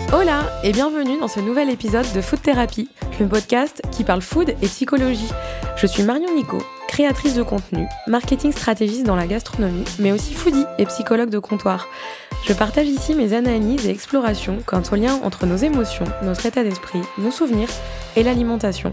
Hola et bienvenue dans ce nouvel épisode de Food Therapy, le podcast qui parle food et psychologie. Je suis Marion Nico, créatrice de contenu, marketing stratégiste dans la gastronomie, mais aussi foodie et psychologue de comptoir. Je partage ici mes analyses et explorations quant au lien entre nos émotions, notre état d'esprit, nos souvenirs et l'alimentation.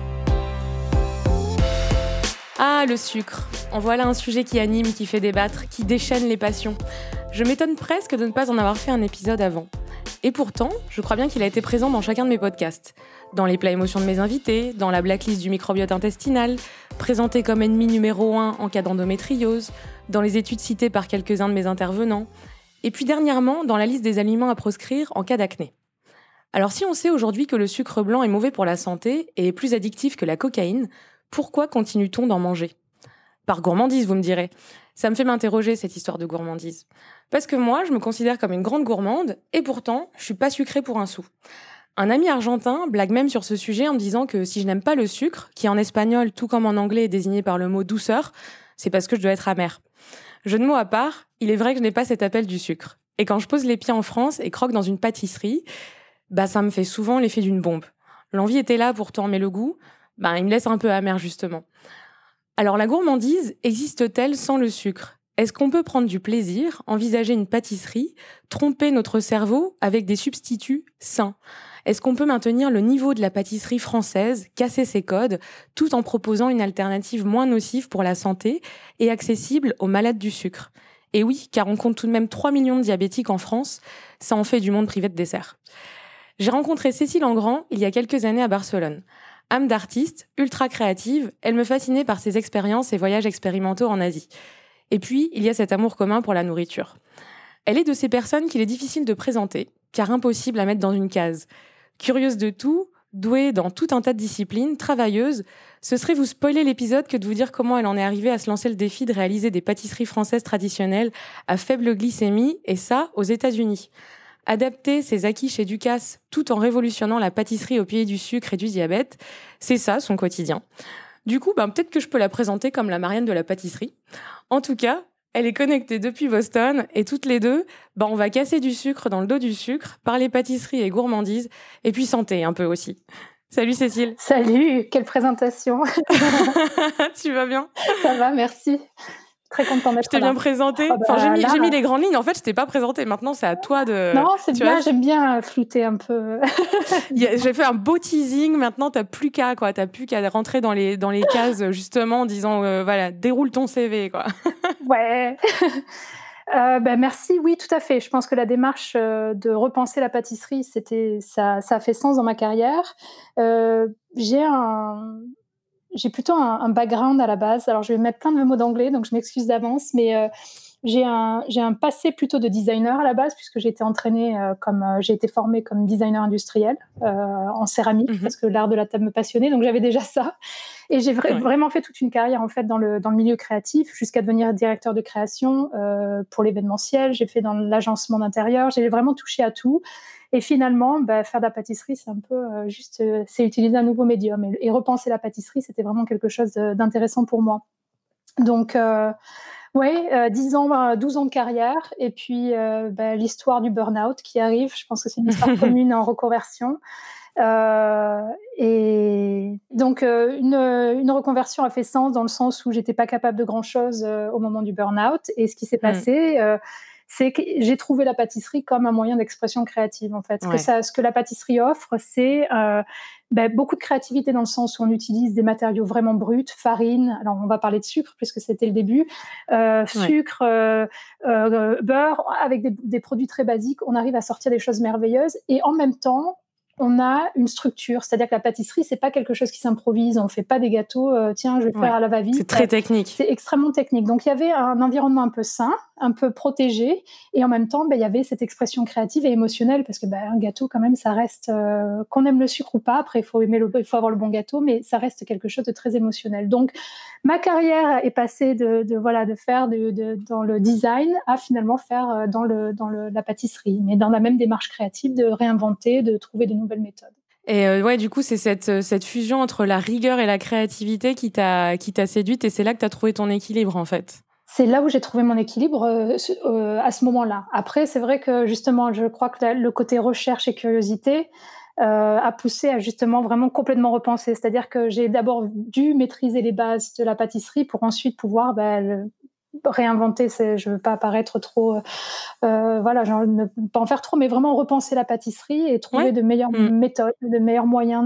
Ah, le sucre. En voilà un sujet qui anime, qui fait débattre, qui déchaîne les passions. Je m'étonne presque de ne pas en avoir fait un épisode avant. Et pourtant, je crois bien qu'il a été présent dans chacun de mes podcasts. Dans les plats émotions de mes invités, dans la blacklist du microbiote intestinal, présenté comme ennemi numéro 1 en cas d'endométriose, dans les études citées par quelques-uns de mes intervenants, et puis dernièrement dans la liste des aliments à proscrire en cas d'acné. Alors si on sait aujourd'hui que le sucre blanc est mauvais pour la santé et est plus addictif que la cocaïne, pourquoi continue-t-on d'en manger ? Par gourmandise, vous me direz. Ça me fait m'interroger, cette histoire de gourmandise. Parce que moi, je me considère comme une grande gourmande, et pourtant, je suis pas sucrée pour un sou. Un ami argentin blague même sur ce sujet en me disant que si je n'aime pas le sucre, qui en espagnol, tout comme en anglais, est désigné par le mot douceur, c'est parce que je dois être amère. Jeu de mots à part, il est vrai que je n'ai pas cet appel du sucre. Et quand je pose les pieds en France et croque dans une pâtisserie, ça me fait souvent l'effet d'une bombe. L'envie était là pourtant, mais le goût, il me laisse un peu amer justement. Alors la gourmandise existe-t-elle sans le sucre ? Est-ce qu'on peut prendre du plaisir, envisager une pâtisserie, tromper notre cerveau avec des substituts sains ? Est-ce qu'on peut maintenir le niveau de la pâtisserie française, casser ses codes, tout en proposant une alternative moins nocive pour la santé et accessible aux malades du sucre ? Et oui, car on compte tout de même 3 millions de diabétiques en France, ça en fait du monde privé de dessert. J'ai rencontré Cécile Engrand il y a quelques années à Barcelone. Âme d'artiste, ultra créative, elle me fascinait par ses expériences et voyages expérimentaux en Asie. Et puis, il y a cet amour commun pour la nourriture. Elle est de ces personnes qu'il est difficile de présenter, car impossible à mettre dans une case. Curieuse de tout, douée dans tout un tas de disciplines, travailleuse, ce serait vous spoiler l'épisode que de vous dire comment elle en est arrivée à se lancer le défi de réaliser des pâtisseries françaises traditionnelles à faible glycémie, et ça, aux États-Unis. Adapter ses acquis chez Ducasse tout en révolutionnant la pâtisserie au pied du sucre et du diabète, c'est ça son quotidien. Du coup, peut-être que je peux la présenter comme la Marianne de la pâtisserie. En tout cas, elle est connectée depuis Boston et toutes les deux, on va casser du sucre dans le dos du sucre, parler pâtisserie et gourmandise, et puis santé un peu aussi. Salut Cécile. Salut, quelle présentation. Tu vas bien ? Ça va, merci. Très contente d'être là. Je t'ai bien présenté. J'ai mis les grandes lignes. En fait, je t'ai pas présenté. Maintenant, c'est à toi de... Non, c'est bien. J'aime bien flouter un peu. J'ai fait un beau teasing. Maintenant, t'as plus qu'à rentrer dans les cases, justement, en disant, déroule ton CV, quoi. Ouais. Merci. Oui, tout à fait. Je pense que la démarche de repenser la pâtisserie, ça a fait sens dans ma carrière. J'ai plutôt un background à la base. Alors, je vais mettre plein de mots d'anglais, donc je m'excuse d'avance, mais j'ai un passé plutôt de designer à la base, puisque j'ai été formée comme designer industriel en céramique, parce que l'art de la table me passionnait, donc j'avais déjà ça. Et j'ai vraiment fait toute une carrière en fait dans le milieu créatif, jusqu'à devenir directeur de création pour l'événementiel. J'ai fait dans l'agencement d'intérieur. J'ai vraiment touché à tout. Et finalement, faire de la pâtisserie, c'est un peu c'est utiliser un nouveau médium. Et repenser la pâtisserie, c'était vraiment quelque chose d'intéressant pour moi. Donc, 12 ans de carrière. Et puis, l'histoire du burn-out qui arrive. Je pense que c'est une histoire commune en reconversion. Et donc, une reconversion a fait sens dans le sens où j'étais pas capable de grand-chose au moment du burn-out. Et ce qui s'est passé... c'est que j'ai trouvé la pâtisserie comme un moyen d'expression créative, en fait. Ce que la pâtisserie offre, c'est beaucoup de créativité dans le sens où on utilise des matériaux vraiment bruts, farine, alors on va parler de sucre puisque c'était le début, sucre, beurre, avec des produits très basiques, on arrive à sortir des choses merveilleuses et en même temps, on a une structure, c'est-à-dire que la pâtisserie, c'est pas quelque chose qui s'improvise, on fait pas des gâteaux, tiens, je vais faire à la va-vite. C'est très technique. C'est extrêmement technique. Donc, il y avait un environnement un peu sain, un peu protégé, et en même temps, il y avait cette expression créative et émotionnelle, parce que un gâteau, quand même, ça reste, qu'on aime le sucre ou pas, après, il faut avoir le bon gâteau, mais ça reste quelque chose de très émotionnel. Donc, ma carrière est passée de faire dans le design à finalement faire dans la pâtisserie, mais dans la même démarche créative de réinventer, de trouver de nouvelles méthodes. Et du coup, c'est cette fusion entre la rigueur et la créativité qui t'a séduite, et c'est là que t'as trouvé ton équilibre, en fait. C'est là où j'ai trouvé mon équilibre à ce moment-là. Après, c'est vrai que justement, je crois que le côté recherche et curiosité a poussé à justement vraiment complètement repenser. C'est-à-dire que j'ai d'abord dû maîtriser les bases de la pâtisserie pour ensuite pouvoir réinventer. Je veux pas paraître trop, voilà, genre ne pas en faire trop, mais vraiment repenser la pâtisserie et trouver de meilleures méthodes, de meilleurs moyens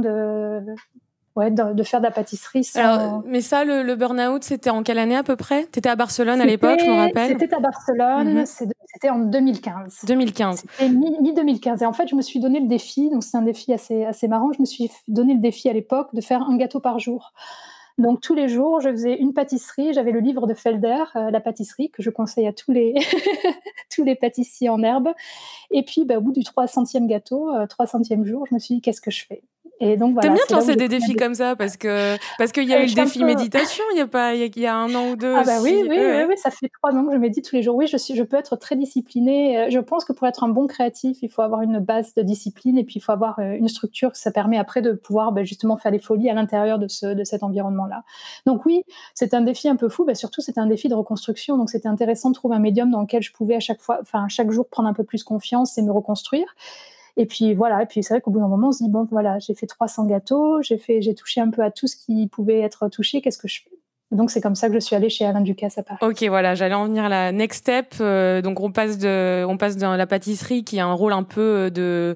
de faire de la pâtisserie Alors, sans... mais ça, le burn-out, c'était en quelle année à peu près? T'étais à Barcelone à l'époque, je me rappelle. C'était à Barcelone, Mhm. c'était en 2015. 2015. C'était mi-2015. Et en fait, je me suis donné le défi, donc c'est un défi assez marrant, je me suis donné le défi à l'époque de faire un gâteau par jour. Donc tous les jours, je faisais une pâtisserie. J'avais le livre de Felder, La pâtisserie, que je conseille à tous les, tous les pâtissiers en herbe. Et puis, au bout du 300e gâteau, 300e jour, je me suis dit, qu'est-ce que je fais? Et donc T'aimes voilà, bien te c'est là où lancer j'ai des pris un défis défi. comme ça parce qu'il y a eu Je le suis un défi peu... méditation il y a 1 an ou 2 Ah bah oui, aussi. oui, Ouais, oui, ouais. oui, ça fait 3 ans que je médite tous les jours. Oui, je peux être très disciplinée. Je pense que pour être un bon créatif, il faut avoir une base de discipline et puis il faut avoir une structure. Ça permet après de pouvoir justement faire des folies à l'intérieur de cet environnement-là. Donc oui, c'est un défi un peu fou. Surtout, c'était un défi de reconstruction. Donc c'était intéressant de trouver un médium dans lequel je pouvais chaque jour prendre un peu plus confiance et me reconstruire. Et puis voilà, et puis c'est vrai qu'au bout d'un moment, on se dit, bon voilà, j'ai fait 300 gâteaux, j'ai touché un peu à tout ce qui pouvait être touché, qu'est-ce que je fais? Donc c'est comme ça que je suis allée chez Alain Ducasse à Paris. Ok, voilà, j'allais en venir à la next step. Donc on passe dans la pâtisserie qui a un rôle un peu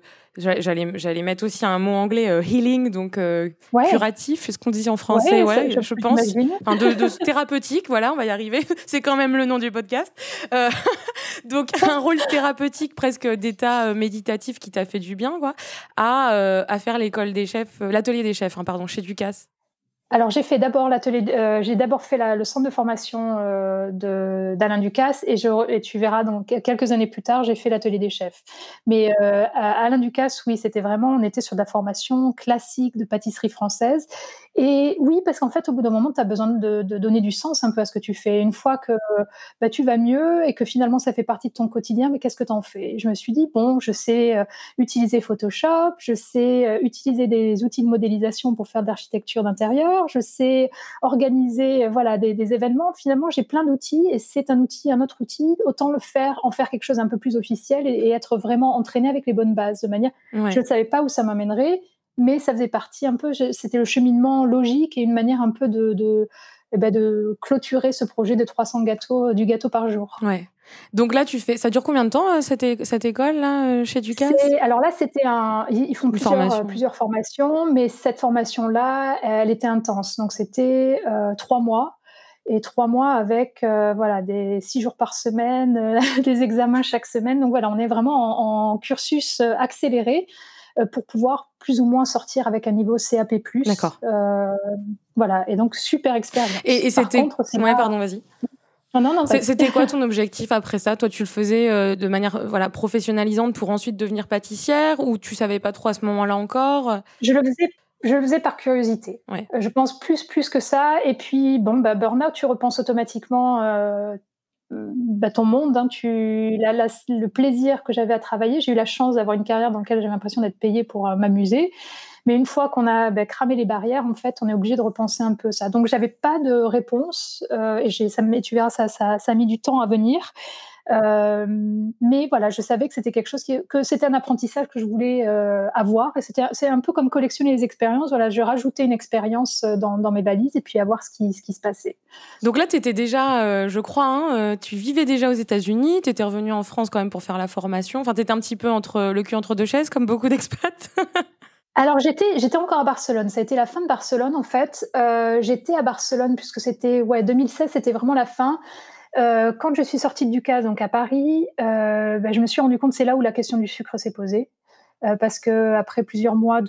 j'allais mettre aussi un mot anglais, healing, donc Ouais, curatif, c'est ce qu'on dit en français, ouais, ouais, je je peux pense. imaginer. Enfin, de thérapeutique, voilà, on va y arriver. C'est quand même le nom du podcast. Euh, donc un rôle thérapeutique, presque d'état méditatif qui t'a fait du bien, quoi, à faire l'école des chefs, l'atelier des chefs, hein, pardon, chez Ducasse. Alors j'ai fait d'abord j'ai d'abord fait le centre de formation d'Alain Ducasse et tu verras donc quelques années plus tard j'ai fait l'atelier des chefs. Mais à Alain Ducasse, oui, c'était vraiment, on était sur de la formation classique de pâtisserie française. Et oui, parce qu'en fait au bout d'un moment tu as besoin de donner du sens un peu à ce que tu fais. Une fois que tu vas mieux et que finalement ça fait partie de ton quotidien, mais qu'est-ce que tu en fais? Et je me suis dit bon, je sais utiliser Photoshop, je sais utiliser des outils de modélisation pour faire de l'architecture d'intérieur, je sais organiser des événements. Finalement, j'ai plein d'outils et c'est un autre outil, autant en faire quelque chose un peu plus officiel et être vraiment entraîné avec les bonnes bases. De manière, Ouais. je ne savais pas où ça m'amènerait, mais ça faisait partie un peu, c'était le cheminement logique et une manière un peu de clôturer ce projet de 300 gâteaux, du gâteau par jour. Ouais. Donc là, ça dure combien de temps, cette école-là, chez Ducasse? Alors là, ils font Une formation. plusieurs formations, mais cette formation-là, elle était intense. Donc c'était 3 mois. Et 3 mois avec des 6 jours par semaine, des examens chaque semaine. Donc voilà, on est vraiment en cursus accéléré pour pouvoir plus ou moins sortir avec un niveau CAP+. D'accord. Voilà, et donc super expérience. Et Par c'était... contre, c'est Ouais, pas... pardon, vas-y. Non, vas-y. C'était quoi ton objectif après ça? Toi, tu le faisais de manière professionnalisante pour ensuite devenir pâtissière, ou tu savais pas trop à ce moment-là encore? Je le faisais par curiosité. Ouais. Je pense plus que ça. Et puis, burn-out, tu repenses automatiquement ton monde. Hein, le plaisir que j'avais à travailler. J'ai eu la chance d'avoir une carrière dans laquelle j'avais l'impression d'être payée pour m'amuser. Mais une fois qu'on a cramé les barrières, en fait, on est obligé de repenser un peu ça. Donc, j'avais pas de réponse. Tu verras, ça a mis du temps à venir. Mais voilà, je savais que c'était quelque chose que c'était un apprentissage que je voulais avoir. Et c'est un peu comme collectionner les expériences. Voilà, je rajoutais une expérience dans mes valises et puis à voir ce qui se passait. Donc là, tu étais déjà, je crois, tu vivais déjà aux États-Unis, tu étais revenue en France quand même pour faire la formation. Enfin, tu étais un petit peu le cul entre deux chaises, comme beaucoup d'expats. Alors j'étais encore à Barcelone. Ça a été la fin de Barcelone en fait. J'étais à Barcelone puisque c'était 2016, c'était vraiment la fin. Quand je suis sortie de Ducasse, donc à Paris, je me suis rendu compte, c'est là où la question du sucre s'est posée. Parce que après plusieurs mois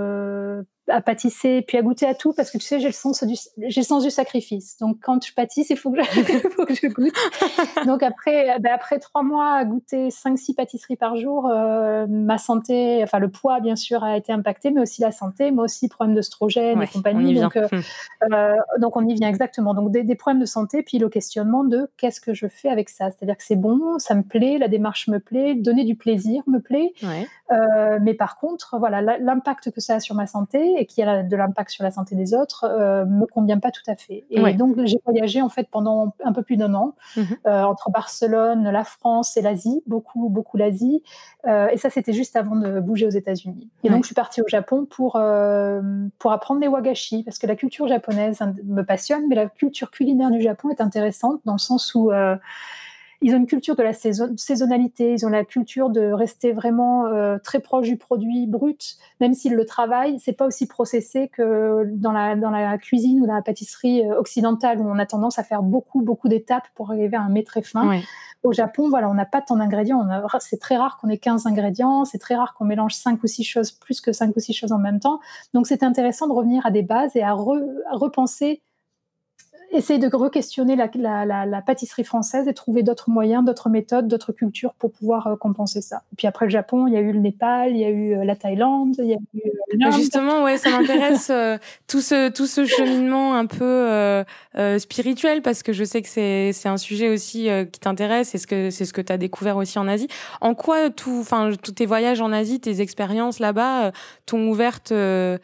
à pâtisser puis à goûter à tout, parce que tu sais, j'ai le sens du sacrifice. Donc quand je pâtisse, il faut que je goûte. Donc après 3 mois à goûter 5-6 pâtisseries par jour, ma santé, enfin le poids bien sûr a été impacté, mais aussi la santé, mais aussi problème d'œstrogène et compagnie. On y vient. Donc on y vient exactement. Donc des problèmes de santé, puis le questionnement de qu'est-ce que je fais avec ça. C'est-à-dire que c'est bon, ça me plaît, la démarche me plaît, donner du plaisir me plaît. Ouais. Mais par contre, voilà, l'impact que ça a sur ma santé et qui a de l'impact sur la santé des autres me convient pas tout à fait. Et donc j'ai voyagé en fait pendant un peu plus d'1 an entre Barcelone, la France et l'Asie, beaucoup l'Asie. Et ça, c'était juste avant de bouger aux États-Unis. Et donc je suis partie au Japon pour apprendre les wagashi, parce que la culture japonaise me passionne, mais la culture culinaire du Japon est intéressante dans le sens où ils ont une culture de la saisonnalité, ils ont la culture de rester vraiment très proche du produit brut, même s'ils le travaillent, c'est pas aussi processé que dans la cuisine ou dans la pâtisserie occidentale, où on a tendance à faire beaucoup d'étapes pour arriver à un mets très fin. Au Japon, voilà, on n'a pas tant d'ingrédients, c'est très rare qu'on ait 15 ingrédients, c'est très rare qu'on mélange 5 ou 6 choses, plus que 5 ou 6 choses en même temps. Donc c'est intéressant de revenir à des bases et à repenser, essayer de re-questionner la pâtisserie française et trouver d'autres moyens, d'autres méthodes, d'autres cultures pour pouvoir compenser ça. Et puis après le Japon, il y a eu le Népal, il y a eu la Thaïlande, il y a eu l'Inde. Justement, ça m'intéresse tout ce cheminement un peu spirituel, parce que je sais que c'est un sujet aussi qui t'intéresse, et c'est ce que tu as découvert aussi en Asie. En quoi tous tes voyages en Asie, tes expériences là-bas t'ont ouverte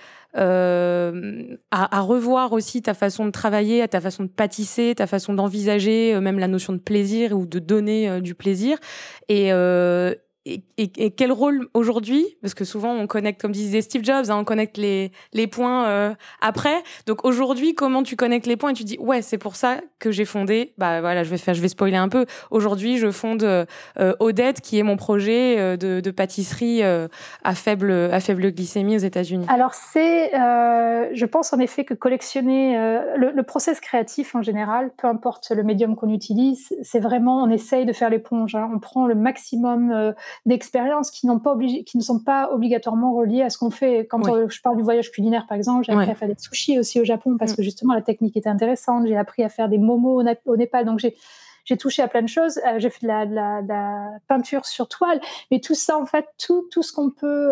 à revoir aussi ta façon de travailler, ta façon de pâtisser, ta façon d'envisager même la notion de plaisir ou de donner du plaisir. Et quel rôle aujourd'hui, parce que souvent on connecte, comme disait Steve Jobs, on connecte les points après. Donc aujourd'hui, comment tu connectes les points et tu dis c'est pour ça que j'ai fondé. Je vais spoiler un peu. Aujourd'hui, je fonde Odette, qui est mon projet de pâtisserie à faible glycémie aux États-Unis. Alors je pense en effet que collectionner le process créatif en général, peu importe le médium qu'on utilise, c'est vraiment, on essaye de faire l'éponge. On prend le maximum d'expériences qui ne sont pas obligatoirement reliées à ce qu'on fait. Quand je parle du voyage culinaire, par exemple, j'ai appris à faire des sushis aussi au Japon, parce que justement la technique était intéressante. J'ai appris à faire des momos au Népal, donc j'ai touché à plein de choses. J'ai fait de la peinture sur toile, mais tout ça, en fait, tout ce qu'on peut,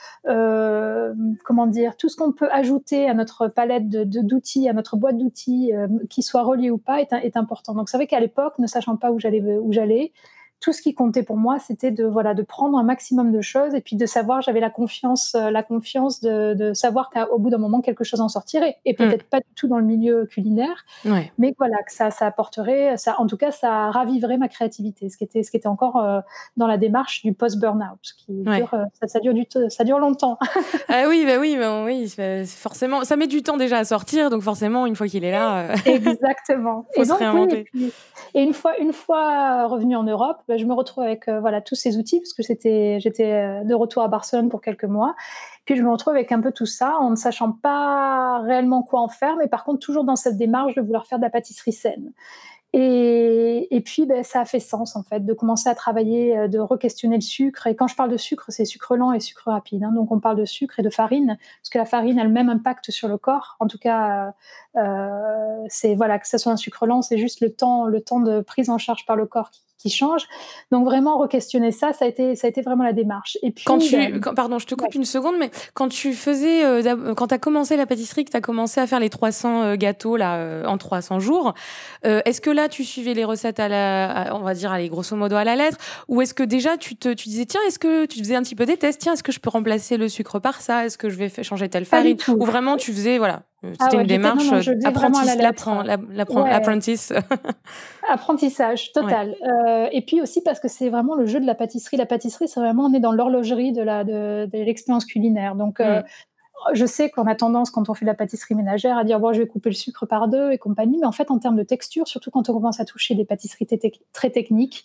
tout ce qu'on peut ajouter à notre palette d'outils, à notre boîte d'outils, qui soit relié ou pas, est important. Donc c'est vrai qu'à l'époque, ne sachant pas où j'allais, tout ce qui comptait pour moi, c'était de prendre un maximum de choses, et puis de savoir, j'avais la confiance de savoir qu'au bout d'un moment, quelque chose en sortirait. Et peut-être pas du tout dans le milieu culinaire, mais que ça apporterait, en tout cas, ça raviverait ma créativité, ce qui était encore dans la démarche du post-burnout, qui dure, ça dure longtemps. Ah oui, forcément, ça met du temps déjà à sortir, donc forcément, une fois qu'il est là, exactement. Faut se réinventer. Et une fois revenue en Europe, je me retrouve avec tous ces outils, parce que j'étais de retour à Barcelone pour quelques mois. Puis je me retrouve avec un peu tout ça, en ne sachant pas réellement quoi en faire, mais par contre toujours dans cette démarche de vouloir faire de la pâtisserie saine. Et puis, ça a fait sens, en fait, de commencer à travailler, de re-questionner le sucre. Et quand je parle de sucre, c'est sucre lent et sucre rapide. Donc, on parle de sucre et de farine, parce que la farine a le même impact sur le corps. En tout cas, que ce soit un sucre lent, c'est juste le temps de prise en charge par le corps qui change. Donc, vraiment, re-questionner ça a été vraiment la démarche. Et puis, pardon, je te coupe une seconde, mais quand tu faisais, quand tu as commencé la pâtisserie, que tu as commencé à faire les 300 gâteaux là, en 300 jours, est-ce que là, tu suivais les recettes on va dire, allez, grosso modo à la lettre, ou est-ce que déjà tu disais, tiens, est-ce que tu faisais un petit peu des tests, tiens, est-ce que je peux remplacer le sucre par ça, est-ce que je vais changer telle farine, ou vraiment tu faisais, c'était une démarche apprentice. Apprentissage total. Et puis aussi parce que c'est vraiment le jeu de la pâtisserie. La pâtisserie, c'est vraiment, on est dans l'horlogerie de l'expérience culinaire. Donc, je sais qu'on a tendance, quand on fait de la pâtisserie ménagère, à dire je vais couper le sucre par 2 et compagnie, mais en fait, en termes de texture, surtout quand on commence à toucher des pâtisseries très techniques,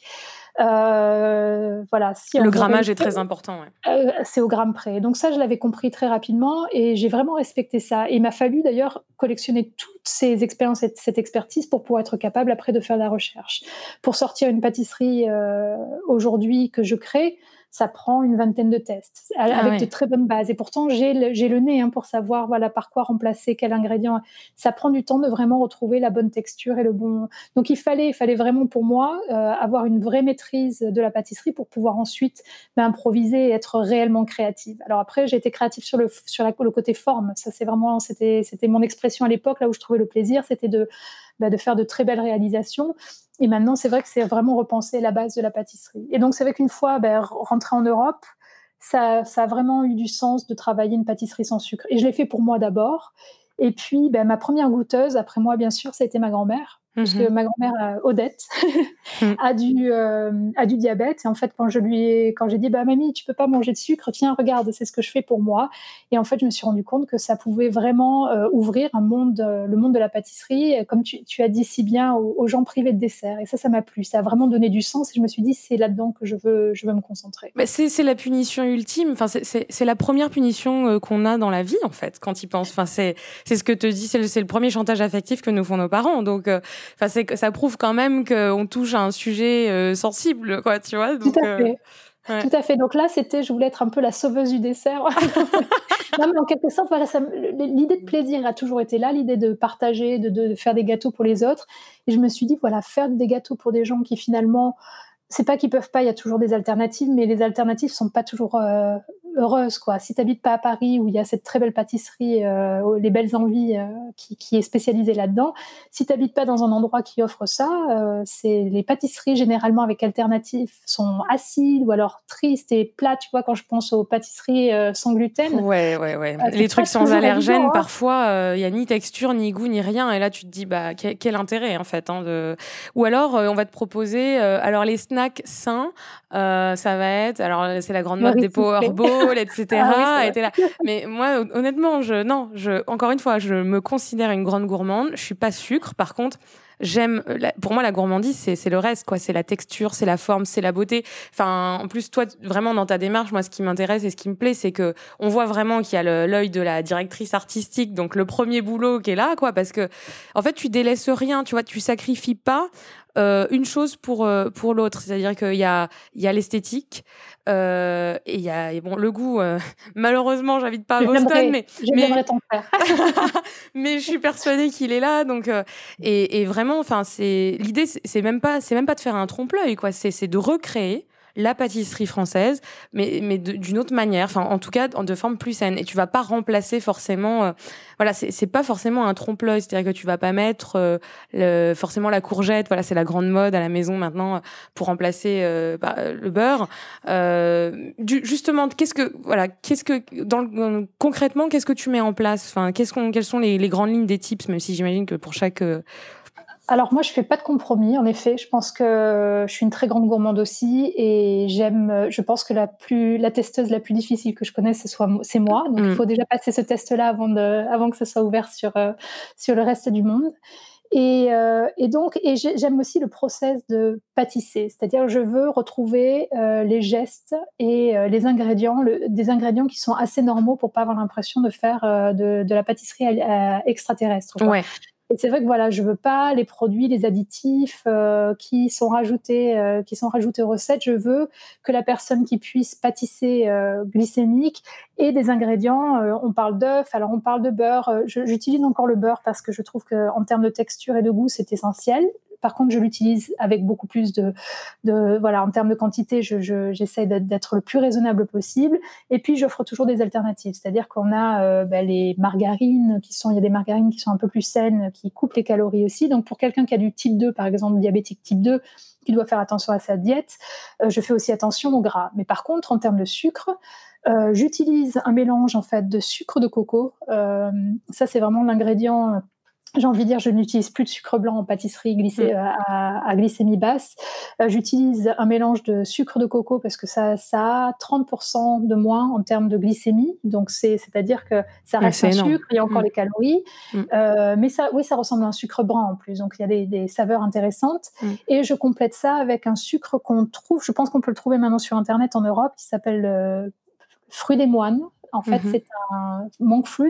le grammage est très important. C'est au gramme près. Donc ça, je l'avais compris très rapidement, et j'ai vraiment respecté ça. Et il m'a fallu d'ailleurs collectionner toutes ces expériences et cette expertise pour pouvoir être capable après de faire de la recherche. Pour sortir une pâtisserie aujourd'hui que je crée, ça prend une 20aine de tests avec de très bonnes bases. Et pourtant, j'ai le nez pour savoir par quoi remplacer, quel ingrédient. Ça prend du temps de vraiment retrouver la bonne texture et le bon. Donc, il fallait vraiment pour moi avoir une vraie maîtrise de la pâtisserie pour pouvoir ensuite improviser et être réellement créative. Alors après, j'ai été créative sur le côté forme. Ça, c'était mon expression à l'époque, là où je trouvais le plaisir, c'était de faire de très belles réalisations. Et maintenant, c'est vrai que c'est vraiment repenser la base de la pâtisserie. Et donc, c'est vrai qu'une fois rentrée en Europe, ça a vraiment eu du sens de travailler une pâtisserie sans sucre. Et je l'ai fait pour moi d'abord. Et puis, ma première goûteuse, après moi, bien sûr, ça a été ma grand-mère. Parce que ma grand-mère, Odette, a du diabète. Et en fait, quand j'ai dit, mamie, tu peux pas manger de sucre, tiens, regarde, c'est ce que je fais pour moi. Et en fait, je me suis rendu compte que ça pouvait vraiment ouvrir le monde de la pâtisserie, comme tu as dit si bien, aux gens privés de dessert. Et ça m'a plu. Ça a vraiment donné du sens. Et je me suis dit, c'est là-dedans que je veux me concentrer. Mais c'est la punition ultime. Enfin, c'est la première punition qu'on a dans la vie, en fait, quand ils pensent. Enfin, c'est ce que te dis, c'est le premier chantage affectif que nous font nos parents. Donc, ça prouve quand même qu'on touche à un sujet sensible, quoi, tu vois. Donc, tout à fait. Ouais. Tout à fait. Donc là, je voulais être un peu la sauveuse du dessert. Non, mais en quelque sorte, voilà, l'idée de plaisir a toujours été là, l'idée de partager, de faire des gâteaux pour les autres. Et je me suis dit, voilà, faire des gâteaux pour des gens qui finalement, c'est pas qu'ils peuvent pas, il y a toujours des alternatives, mais les alternatives sont pas toujours heureuses, quoi. Si t'habites pas à Paris où il y a cette très belle pâtisserie, les Belles Envies, qui est spécialisée là-dedans, si t'habites pas dans un endroit qui offre ça, c'est les pâtisseries généralement avec alternatives sont acides ou alors tristes et plates. Tu vois, quand je pense aux pâtisseries sans gluten. Ouais. Les trucs sans allergènes, évident, parfois, il y a ni texture, ni goût, ni rien. Et là, tu te dis, quel intérêt, en fait, Ou alors, on va te proposer, alors les snacks sains, ça va être, alors c'est la grande mode des Powerballs, etc. Ah oui, et t'es là. Mais moi, honnêtement, encore une fois, je me considère une grande gourmande. Je suis pas sucre, par contre. Pour moi, la gourmandise, c'est le reste, quoi. C'est la texture, c'est la forme, c'est la beauté. Enfin, en plus, toi, vraiment, dans ta démarche, moi, ce qui m'intéresse et ce qui me plaît, c'est que on voit vraiment qu'il y a l'œil de la directrice artistique, donc le premier boulot qui est là, quoi, parce que, en fait, tu délaisses rien, tu vois, tu sacrifies pas une chose pour l'autre. C'est-à-dire qu'il y a l'esthétique, et il y a le goût. Malheureusement, j'habite pas à Boston, j'aimerais t'en faire. Mais je suis persuadée qu'il est là. Donc, et vraiment, enfin, l'idée, c'est même pas de faire un trompe-l'œil, quoi. C'est de recréer la pâtisserie française, mais d'une autre manière, enfin, en tout cas, de forme plus saine. Et tu vas pas remplacer forcément, voilà, c'est pas forcément un trompe-l'œil, c'est-à-dire que tu vas pas mettre forcément la courgette, voilà, c'est la grande mode à la maison maintenant pour remplacer le beurre. Justement, concrètement, qu'est-ce que tu mets en place? Enfin, quelles sont les grandes lignes des tips, même si j'imagine que pour chaque Alors moi, je fais pas de compromis, en effet. Je pense que je suis une très grande gourmande aussi et je pense que la testeuse la plus difficile que je connaisse, c'est moi. Donc il faut déjà passer ce test-là avant que ça soit ouvert sur le reste du monde. Et j'aime aussi le process de pâtisser, c'est-à-dire je veux retrouver les gestes et les ingrédients, des ingrédients qui sont assez normaux pour pas avoir l'impression de faire de la pâtisserie extraterrestre, quoi. Ouais. Et c'est vrai que voilà, je veux pas les produits, les additifs qui sont rajoutés aux recettes. Je veux que la personne qui puisse pâtisser glycémique ait des ingrédients. On parle d'œufs, alors on parle de beurre. J'utilise encore le beurre parce que je trouve que en termes de texture et de goût, c'est essentiel. Par contre, je l'utilise avec beaucoup plus voilà, en termes de quantité, j'essaie d'être le plus raisonnable possible. Et puis, j'offre toujours des alternatives. C'est-à-dire qu'on a les margarines il y a des margarines qui sont un peu plus saines, qui coupent les calories aussi. Donc, pour quelqu'un qui a du type 2, par exemple, diabétique type 2, qui doit faire attention à sa diète, je fais aussi attention au gras. Mais par contre, en termes de sucre, j'utilise un mélange, en fait, de sucre de coco. Ça, c'est vraiment l'ingrédient. J'ai envie de dire, je n'utilise plus de sucre blanc en pâtisserie à glycémie basse. J'utilise un mélange de sucre de coco parce que ça a 30% de moins en termes de glycémie. Donc, c'est-à-dire que ça reste un sucre, il y a encore les calories. Mais ça ressemble à un sucre brun en plus. Donc, il y a des saveurs intéressantes. Et je complète ça avec un sucre qu'on trouve, je pense qu'on peut le trouver maintenant sur Internet en Europe, qui s'appelle fruit des moines. En fait, c'est un monk fruit,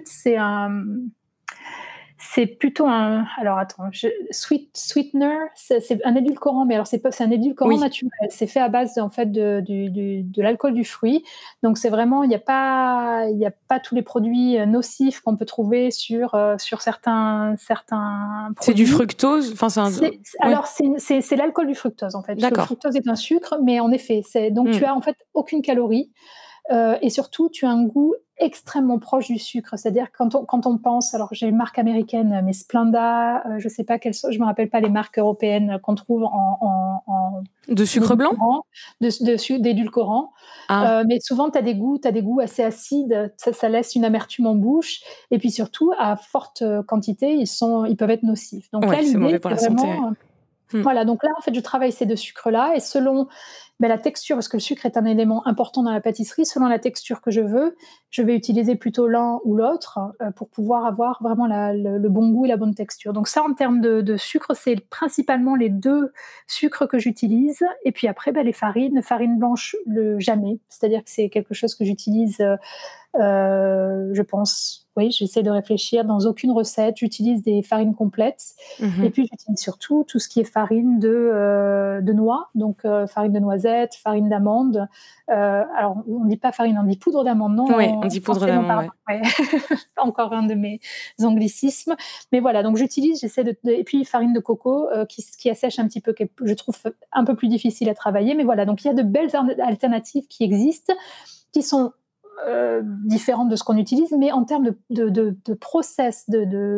c'est plutôt sweetener, c'est un édulcorant, mais alors c'est un édulcorant naturel. C'est fait à base en fait de l'alcool du fruit. Donc c'est vraiment, il y a pas tous les produits nocifs qu'on peut trouver sur certains produits. C'est du fructose, enfin alors c'est l'alcool du fructose en fait. Parce que le fructose est un sucre, mais en effet, tu as en fait aucune calorie. et surtout, tu as un goût extrêmement proche du sucre. C'est-à-dire quand on pense, alors j'ai une marque américaine, mais Splenda, je sais pas quelles sont, je me rappelle pas les marques européennes qu'on trouve en De sucre blanc? d'édulcorants. Ah, Mais souvent, tu as des goûts assez acides, ça laisse une amertume en bouche, et puis surtout, à forte quantité, ils peuvent être nocifs. Donc ouais, là, c'est mauvais l'idée, pour c'est la santé, ouais. vraiment, Mmh. voilà, donc là, en fait, je travaille ces 2 sucres-là, et selon, la texture, parce que le sucre est un élément important dans la pâtisserie, selon la texture que je veux, je vais utiliser plutôt l'un ou l'autre, pour pouvoir avoir vraiment le bon goût et la bonne texture. Donc ça, en termes de sucre, c'est principalement les 2 sucres que j'utilise, et puis après, les farines blanches, jamais. C'est-à-dire que c'est quelque chose que j'utilise, je pense, oui, j'essaie de réfléchir dans aucune recette. J'utilise des farines complètes, et Mmh. puis j'utilise surtout tout ce qui est farine de noix, donc farine de noisette, farine d'amande. Alors, on ne dit pas farine, on dit poudre d'amande, non, Ouais, on en dit poudre français, non, d'amande, pardon. ouais. Ouais. Encore un de mes anglicismes. Mais voilà, donc j'essaie et puis farine de coco, qui assèche un petit peu, que je trouve un peu plus difficile à travailler. Mais voilà, donc il y a de belles alternatives qui existent, qui sont différentes de ce qu'on utilise, mais en termes de process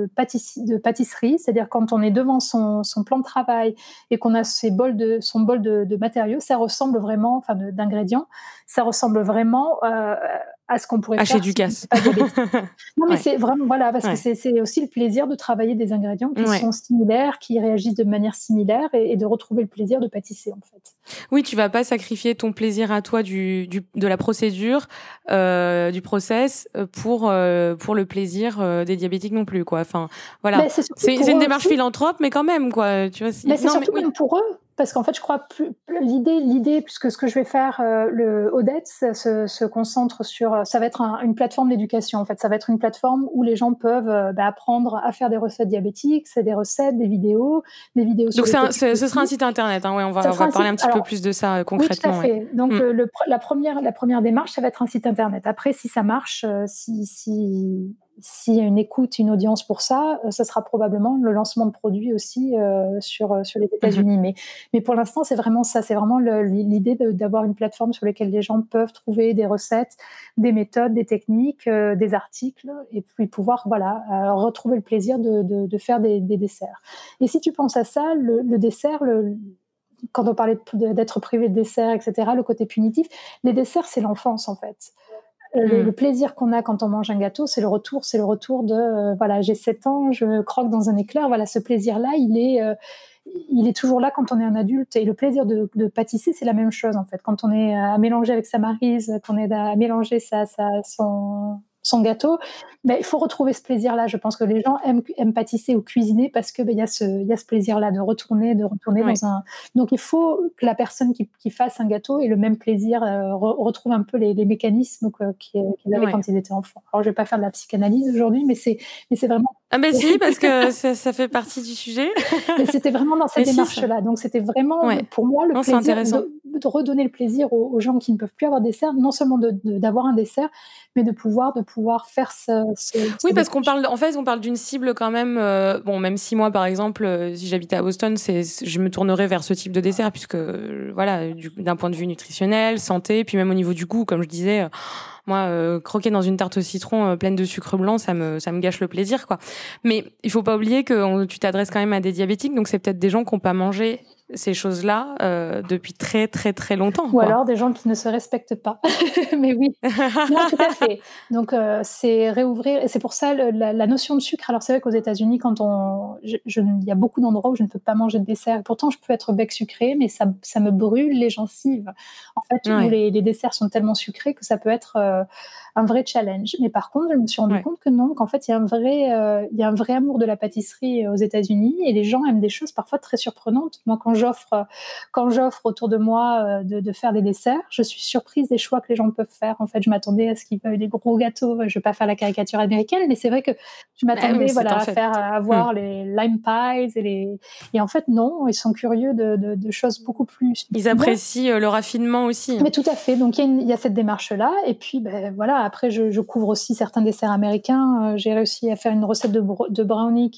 de pâtisserie, c'est-à-dire quand on est devant son plan de travail et qu'on a son bol de matériaux, ça ressemble vraiment, enfin d'ingrédients, ça ressemble vraiment à ce qu'on pourrait Ah, chez faire si on Ducasse. n'était pas diabétique. Non, mais Ouais, c'est vraiment, voilà, parce que ouais, c'est aussi le plaisir de travailler des ingrédients qui ouais. sont similaires, qui réagissent de manière similaire, et de retrouver le plaisir de pâtisser, en fait. Oui, tu vas pas sacrifier ton plaisir à toi de la procédure, du process, pour le plaisir, des diabétiques non plus, quoi. Enfin, voilà. Mais c'est surtout C'est pour une eux démarche aussi. philanthrope, mais quand même, quoi, tu vois? Mais c'est Non, mais surtout oui. même pour eux, parce qu'en fait, je crois l'idée, puisque ce que je vais faire, le Odette, ça se concentre sur, ça va être une plateforme d'éducation, en fait. Ça va être une plateforme où les gens peuvent, apprendre à faire des recettes diabétiques. C'est des recettes, des vidéos sur Donc les textures ce sera un aussi. site internet, hein, ouais, Ça on sera va un site, parler un petit peu alors, plus de ça, oui, tout à concrètement, ouais. fait. Donc, Mmh. la première démarche, ça va être un site internet. Après, si ça marche, s'il y a une écoute, une audience pour ça, ça sera probablement le lancement de produits aussi, sur les Mmh mh. États-Unis. Mais pour l'instant, c'est vraiment ça. C'est vraiment l'idée d'avoir une plateforme sur laquelle les gens peuvent trouver des recettes, des méthodes, des techniques, des articles, et puis pouvoir, voilà, retrouver le plaisir de faire des desserts. Et si tu penses à ça, le dessert, quand on parlait d'être privé de dessert, etc., le côté punitif, les desserts, c'est l'enfance, en fait. Le Mmh. plaisir qu'on a quand on mange un gâteau, c'est le retour de, voilà, j'ai 7 ans, je croque dans un éclair. Voilà, ce plaisir-là, il est toujours là quand on est un adulte. Et le plaisir de pâtisser, c'est la même chose, en fait. Quand on est à mélanger avec sa maryse, qu'on est à mélanger son gâteau, ben, il faut retrouver ce plaisir-là. Je pense que les gens aiment pâtisser ou cuisiner parce que, ben, il y a ce plaisir-là de retourner Ouais. dans un. Donc il faut que la personne qui fasse un gâteau ait le même plaisir, retrouve un peu les mécanismes qu'ils avaient Ouais. quand ils étaient enfants. Alors je vais pas faire de la psychanalyse aujourd'hui, mais c'est vraiment. Ah beh, si, parce que ça fait partie du sujet. Mais c'était vraiment dans cette Mais si, ça démarche-là. Donc c'était vraiment, ouais. pour moi, le Non, c'est plaisir intéressant. de redonner le plaisir aux gens qui ne peuvent plus avoir de dessert, non seulement d'avoir un dessert, mais de pouvoir faire Oui, ce parce qu'on démarche. parle en fait, on parle d'une cible quand même, bon, même si moi, par exemple, si j'habitais à Boston, je me tournerais vers ce type de dessert puisque, voilà, d'un point de vue nutritionnel, santé, puis même au niveau du goût, comme je disais, moi, croquer dans une tarte au citron, pleine de sucre blanc, ça me gâche le plaisir, quoi. Mais il faut pas oublier que tu t'adresses quand même à des diabétiques, donc c'est peut-être des gens qui ont pas mangé ces choses-là, depuis très, très, très longtemps, Ou quoi. alors des gens qui ne se respectent pas. Mais oui, non, tout à fait. Donc c'est réouvrir, et c'est pour ça la notion de sucre. Alors c'est vrai qu'aux États-Unis, quand il y a beaucoup d'endroits où je ne peux pas manger de dessert. Pourtant, je peux être bec sucré, mais ça me brûle les gencives. En fait, où Ouais, les desserts sont tellement sucrés que ça peut être un vrai challenge. Mais par contre, je me suis rendu ouais. compte que non, qu'en fait, il y a un vrai amour de la pâtisserie aux États-Unis, et les gens aiment des choses parfois très surprenantes. Moi, quand j'offre autour de moi de faire des desserts, je suis surprise des choix que les gens peuvent faire. En fait, je m'attendais à ce qu'ils veuillent des gros gâteaux. Je ne vais pas faire la caricature américaine, mais c'est vrai que je Bah, oui, mais m'attendais, c'est voilà, en fait. à Mmh. avoir les lime pies et en fait non, ils sont curieux de choses beaucoup plus Ils subtiles. apprécient, le raffinement aussi. Mais tout à fait. Donc il y a cette démarche-là, et puis ben, voilà. Après, je couvre aussi certains desserts américains. J'ai réussi à faire une recette de brownie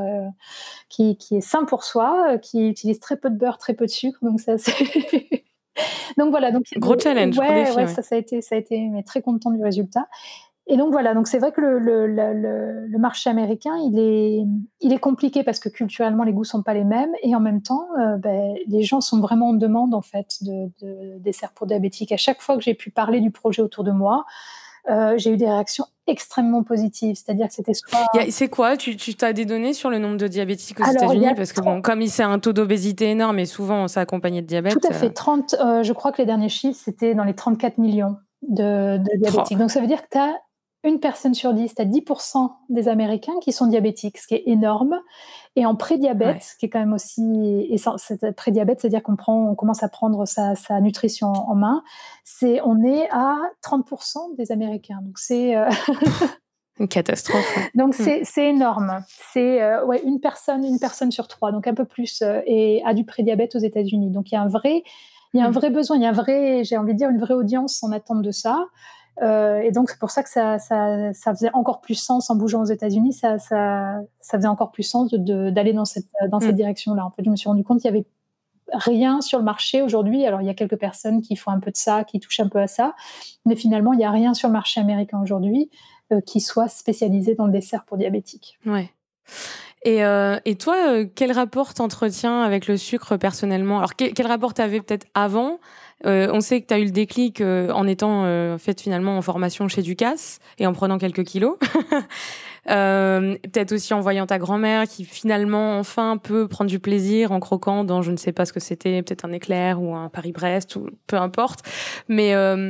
qui est sain pour soi, qui utilise très peu de beurre, très peu de sucre. Donc ça, c'est Donc voilà, donc Gros challenge, gros défi, ouais, ouais. ça a été mais très contente du résultat. Et donc voilà, donc c'est vrai que le marché américain, il est compliqué parce que culturellement, les goûts sont pas les mêmes et en même temps, les gens sont vraiment en demande, en fait, de desserts pour diabétiques. À chaque fois que j'ai pu parler du projet autour de moi, j'ai eu des réactions extrêmement positives. C'est-à-dire que c'était soit C'est quoi? Tu as des données sur le nombre de diabétiques aux alors il y États-Unis? a Parce que bon, comme c'est un taux d'obésité énorme et souvent c'est accompagné de tout diabète, à fait, 30, je crois que les derniers chiffres, c'était dans les 34 millions de trop. diabétiques. Donc ça veut dire que tu as 1 personne sur 10, tu as 10 des Américains qui sont diabétiques, ce qui est énorme. Et en prédiabète, Ouais. ce qui est quand même aussi prédiabète, c'est-à-dire on commence à prendre sa nutrition en main, on est à 30 des Américains. Donc Une catastrophe, ouais. donc Mmh. c'est énorme. C'est, ouais, 1 personne sur 3, donc un peu plus, et a du prédiabète aux États-Unis. Donc il y a un Mmh. vrai besoin, il y a un vrai, j'ai envie de dire, une vraie audience en attente de ça. Et donc c'est pour ça que ça faisait encore plus sens en bougeant aux États-Unis, ça faisait encore plus sens d'aller dans cette Mmh. direction-là. En fait, je me suis rendu compte qu'il y avait rien sur le marché aujourd'hui. Alors il y a quelques personnes qui font un peu de ça, qui touchent un peu à ça, mais finalement il y a rien sur le marché américain aujourd'hui qui soit spécialisé dans le dessert pour diabétiques. Ouais. Et toi, quel rapport t'entretiens avec le sucre personnellement? Alors quel rapport t'avais peut-être avant? On sait que tu as eu le déclic, en étant, en fait, finalement en formation chez Ducasse et en prenant quelques kilos. Peut-être aussi en voyant ta grand-mère qui finalement, enfin, peut prendre du plaisir en croquant dans je ne sais pas ce que c'était, peut-être un éclair ou un Paris-Brest ou peu importe. Mais,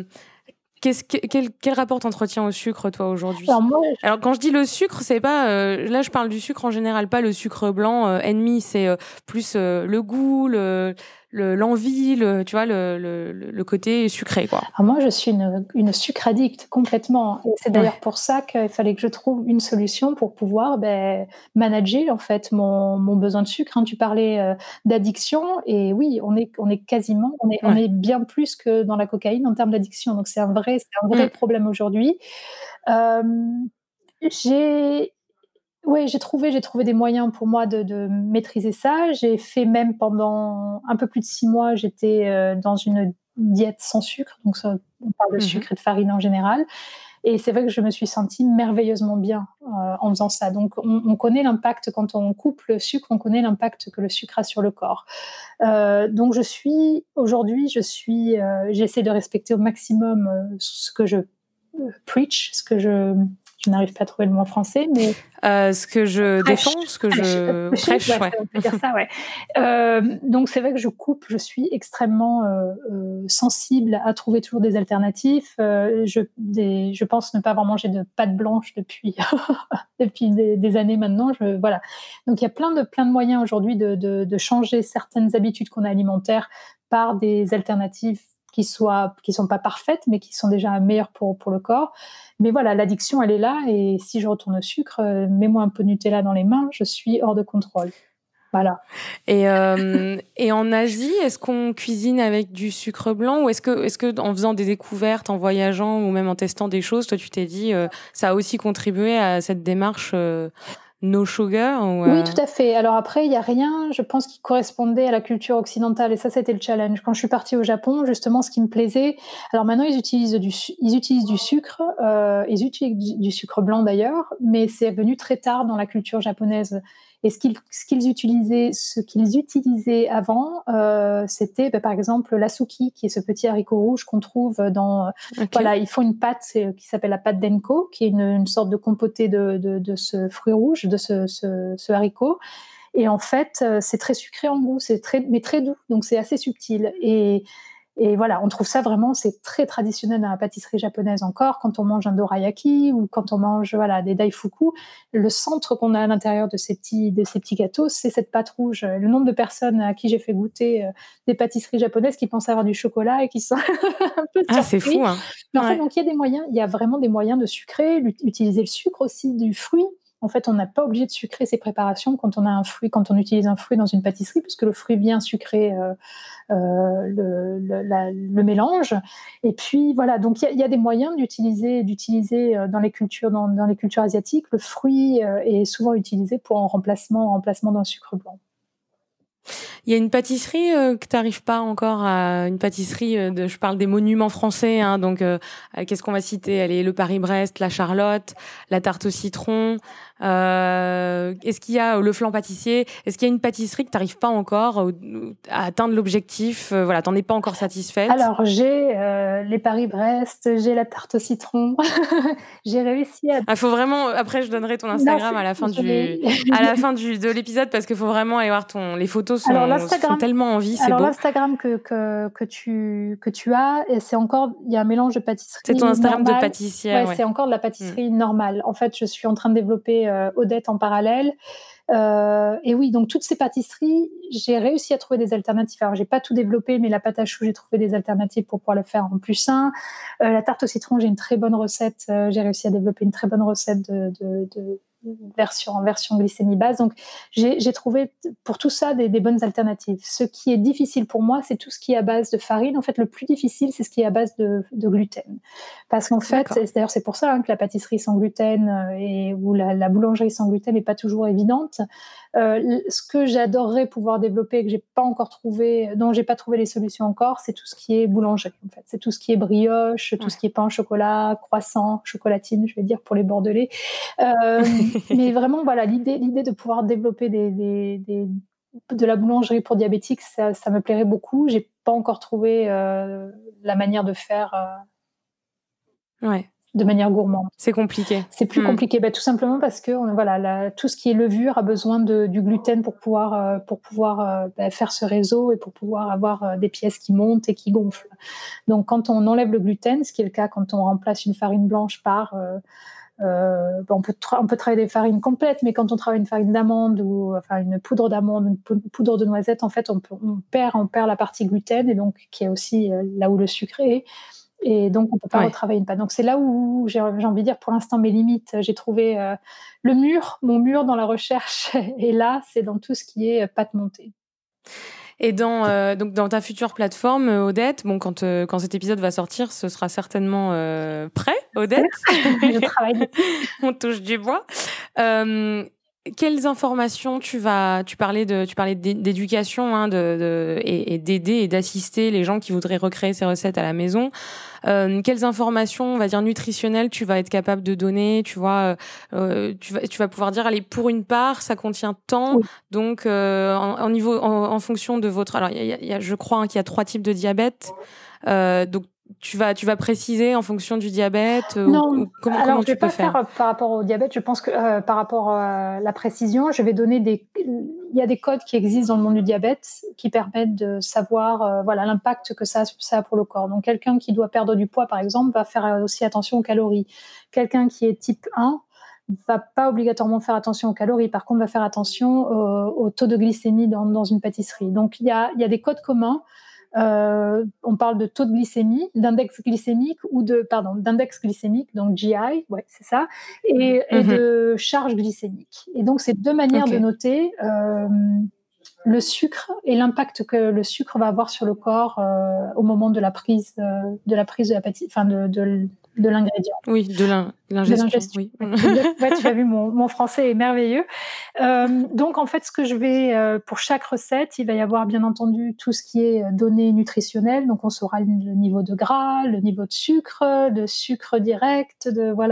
quel rapport t'entretiens au sucre, toi, Alors aujourd'hui? moi, Alors, quand je dis le sucre, c'est pas, là, je parle du sucre en général, pas le sucre blanc, ennemi. C'est, plus, le goût, l'envie, tu vois, le côté sucré, quoi. Alors moi, je suis une sucre addict complètement, et c'est d'ailleurs Ouais. pour ça qu'il fallait que je trouve une solution pour pouvoir, manager en fait mon besoin de sucre, hein. Tu parlais, d'addiction, et oui, on est quasiment on Ouais. est bien plus que dans la cocaïne en termes d'addiction, donc c'est un vrai Mmh. problème aujourd'hui. Hem, j'ai Ouais, j'ai trouvé des moyens pour moi de maîtriser ça. J'ai fait même pendant un peu plus de 6 mois, j'étais, dans une diète sans sucre, donc ça, on parle de Mmh mh. sucre et de farine en général, et c'est vrai que je me suis sentie merveilleusement bien, en faisant ça. Donc on connaît l'impact quand on coupe le sucre, on connaît l'impact que le sucre a sur le corps. Donc aujourd'hui, j'essaie de respecter au maximum, ce que je, preach, je n'arrive pas à trouver le mot en français, mais Ce que je prêche, défends, ce que prêche, je prêcher, prêche, ouais, ouais. ça, on peut dire ça, ouais. Donc c'est vrai que je suis extrêmement, sensible à trouver toujours des alternatives. Je pense ne pas avoir mangé de pâte blanche depuis depuis des années maintenant, voilà. Donc il y a plein de moyens aujourd'hui de changer certaines habitudes qu'on a alimentaires par des alternatives qui sont pas parfaites, mais qui sont déjà meilleures pour le corps. Mais voilà, l'addiction, elle est là, et si je retourne au sucre, mets-moi un peu de Nutella dans les mains, je suis hors de contrôle. Voilà. Et en Asie, est-ce qu'on cuisine avec du sucre blanc ou est-ce que en faisant des découvertes, en voyageant ou même en testant des choses, toi tu t'es dit, ça a aussi contribué à cette démarche, no sugar ou Oui, tout à fait. Alors après, il y a rien, je pense, qui correspondait à la culture occidentale, et ça, c'était le challenge. Quand je suis partie au Japon, justement, ce qui me plaisait, alors maintenant, ils utilisent du sucre, ils utilisent du sucre blanc d'ailleurs, mais c'est venu très tard dans la culture japonaise. Et ce qu'ils utilisaient avant, c'était, par exemple, l'asuki, qui est ce petit haricot rouge qu'on trouve dans, OK. voilà, ils font une pâte, qui s'appelle la pâte denko, qui est une sorte de compoté de ce fruit rouge, de ce haricot. Et en fait, c'est très sucré en goût, mais très doux, donc c'est assez subtil. Et voilà, on trouve ça vraiment, c'est très traditionnel dans la pâtisserie japonaise encore. Quand on mange un dorayaki ou quand on mange, voilà, des daifuku, le centre qu'on a à l'intérieur de ces petits gâteaux, c'est cette pâte rouge. Le nombre de personnes à qui j'ai fait goûter des pâtisseries japonaises qui pensaient avoir du chocolat et qui sont un peu Ah, c'est surpris. fou, hein. Mais en fait, Ouais. donc il y a vraiment des moyens de sucrer, utiliser le sucre aussi du fruit. En fait, on n'a pas obligé de sucrer ces préparations quand on utilise un fruit dans une pâtisserie, puisque le fruit vient sucrer le mélange. Et puis voilà, donc il y a des moyens d'utiliser dans les cultures asiatiques, le fruit est souvent utilisé pour en remplacement d'un sucre blanc. Il y a une pâtisserie que tu n'arrives pas encore à... Une pâtisserie, je parle des monuments français, hein, donc qu'est-ce qu'on va citer? Allez, le Paris-Brest, la Charlotte, la tarte au citron. Est-ce qu'il y a le flan pâtissier? Est-ce qu'il y a une pâtisserie que tu n'arrives pas encore à atteindre l'objectif? Voilà, tu n'en es pas encore satisfaite? Alors, j'ai les Paris-Brest, j'ai la tarte au citron. J'ai réussi à... Il faut vraiment... Après, je donnerai ton Instagram Non, à la fin de l'épisode parce qu'il faut vraiment aller voir les photos Alors, font tellement envie, c'est beau. L'Instagram que tu as, et c'est encore, il y a un mélange de pâtisserie. C'est ton Instagram normale. De pâtissière. Ouais, c'est encore de la pâtisserie normale. En fait, je suis en train de développer Odette en parallèle. Et oui, donc toutes ces pâtisseries, j'ai réussi à trouver des alternatives. Alors, j'ai pas tout développé, mais la pâte à choux, j'ai trouvé des alternatives pour pouvoir le faire en plus sain. La tarte au citron, j'ai une très bonne recette. J'ai réussi à développer une très bonne recette de version glycémie basse. Donc, j'ai trouvé pour tout ça des bonnes alternatives. Ce qui est difficile pour moi, c'est tout ce qui est à base de farine. En fait, le plus difficile, c'est ce qui est à base de gluten. Parce qu'en fait, d'ailleurs, c'est pour ça que la pâtisserie sans gluten ou la boulangerie sans gluten n'est pas toujours évidente. Ce que j'adorerais pouvoir développer, que j'ai pas encore trouvé, dont j'ai pas trouvé les solutions encore, c'est tout ce qui est boulangerie. En fait, c'est tout ce qui est brioche, tout ce qui est pain au chocolat, croissant, chocolatine, je vais dire pour les Bordelais. Mais vraiment, voilà, l'idée de pouvoir développer de la boulangerie pour diabétiques, ça me plairait beaucoup. J'ai pas encore trouvé la manière de faire. De manière gourmande. C'est compliqué. C'est plus compliqué, tout simplement parce que tout ce qui est levure a besoin du gluten pour pouvoir faire ce réseau et pour pouvoir avoir des pièces qui montent et qui gonflent. Donc, quand on enlève le gluten, ce qui est le cas quand on remplace une farine blanche par... on peut travailler des farines complètes, mais quand on travaille une farine d'amande ou une poudre d'amande, une poudre de noisette, en fait, on perd la partie gluten, et donc qui est aussi là où le sucre est. Et donc, on ne peut pas retravailler une pâte. Donc, c'est là où j'ai envie de dire, pour l'instant, mes limites. J'ai trouvé mon mur dans la recherche. Et là, c'est dans tout ce qui est pâte montée. Et donc dans ta future plateforme, Odette, quand cet épisode va sortir, ce sera certainement prêt, Odette. Je travaille. On touche du bois. Quelles informations tu parlais d'éducation, hein, et d'aider et d'assister les gens qui voudraient recréer ces recettes à la maison. Quelles informations, on va dire nutritionnelles, tu vas être capable de donner, tu vois, tu vas pouvoir dire, allez, pour une part, ça contient tant, donc en fonction de votre, alors je crois qu'il y a 3 types de diabète, donc tu vas préciser en fonction du diabète non. Comment tu peux faire par rapport au diabète, je pense que par rapport à la précision, je vais donner il y a des codes qui existent dans le monde du diabète qui permettent de savoir l'impact que ça a pour le corps. Donc, quelqu'un qui doit perdre du poids, par exemple, va faire aussi attention aux calories. Quelqu'un qui est type 1 va pas obligatoirement faire attention aux calories. Par contre, va faire attention au taux de glycémie dans une pâtisserie. Donc, il y a des codes communs. On parle de taux de glycémie, d'index glycémique d'index glycémique, donc GI, c'est ça, et de charge glycémique. Et donc, c'est 2 manières de noter le sucre et l'impact que le sucre va avoir sur le corps au moment de la prise de la pâtisserie, de l'ingrédient. Oui, de l'ingestion. Oui. Ouais, tu as vu, mon français est merveilleux. Donc, en fait, ce que je vais, pour chaque recette, il va y avoir bien entendu tout ce qui est données nutritionnelles. Donc, on saura le niveau de gras, le niveau de sucre direct,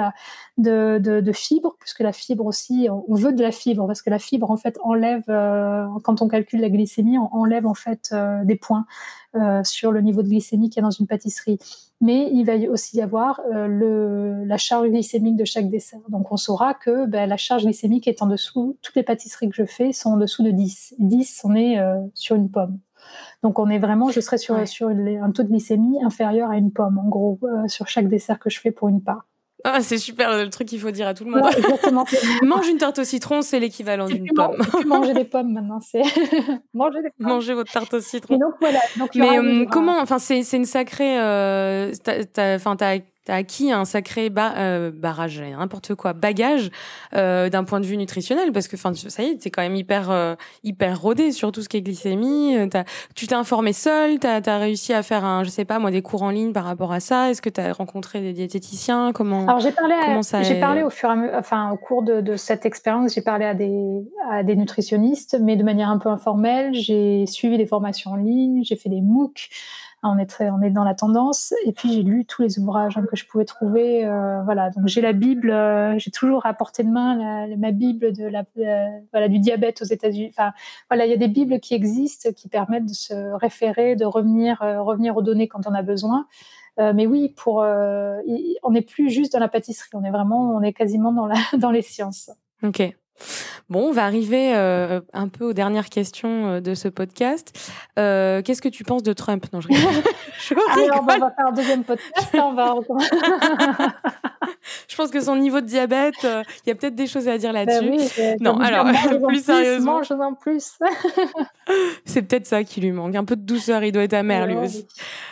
de fibres, puisque la fibre aussi, on veut de la fibre, parce que la fibre, en fait, enlève, quand on calcule la glycémie, on enlève, en fait, des points sur le niveau de glycémie qu'il y a dans une pâtisserie. Mais il va aussi y avoir la charge glycémique de chaque dessert. Donc, on saura que la charge glycémique est en dessous. Toutes les pâtisseries que je fais sont en dessous de 10. 10, on est sur une pomme. Donc, je serai sur un taux de glycémie inférieur à une pomme, en gros, sur chaque dessert que je fais pour une part. Ah, c'est super, le truc qu'il faut dire à tout le monde. Ouais, exactement. Mange une tarte au citron, c'est l'équivalent d'une pomme. Manger des pommes maintenant, c'est manger des pommes. Mangez votre tarte au citron. Et donc voilà. Mais comment, c'est une sacrée. T'as t'as acquis un sacré barrage, n'importe quoi, bagage d'un point de vue nutritionnel, parce que ça y est, t'es quand même hyper rodé sur tout ce qui est glycémie. Tu t'es informé seul, t'as réussi à faire je sais pas moi, des cours en ligne par rapport à ça. Est-ce que t'as rencontré des diététiciens? Alors j'ai Ça parlé au cours de cette expérience, j'ai parlé à des nutritionnistes, mais de manière un peu informelle. J'ai suivi des formations en ligne, j'ai fait des MOOC. On est dans la tendance, et puis j'ai lu tous les ouvrages que je pouvais trouver. Voilà, donc j'ai la Bible, j'ai toujours à portée de main ma Bible du diabète aux États-Unis. Enfin, voilà, il y a des Bibles qui existent qui permettent de se référer, de revenir aux données quand on a besoin. Mais oui, on n'est plus juste dans la pâtisserie, on est quasiment dans les sciences. Ok. Bon, on va arriver un peu aux dernières questions de ce podcast. Qu'est-ce que tu penses de Trump? Non, je rigole. Alors, on va faire un deuxième podcast. Je pense que son niveau de diabète, il y a peut-être des choses à dire là-dessus. Oui, non, alors, plus sérieusement. Mange-en plus. C'est peut-être ça qui lui manque. Un peu de douceur, il doit être amer, lui aussi.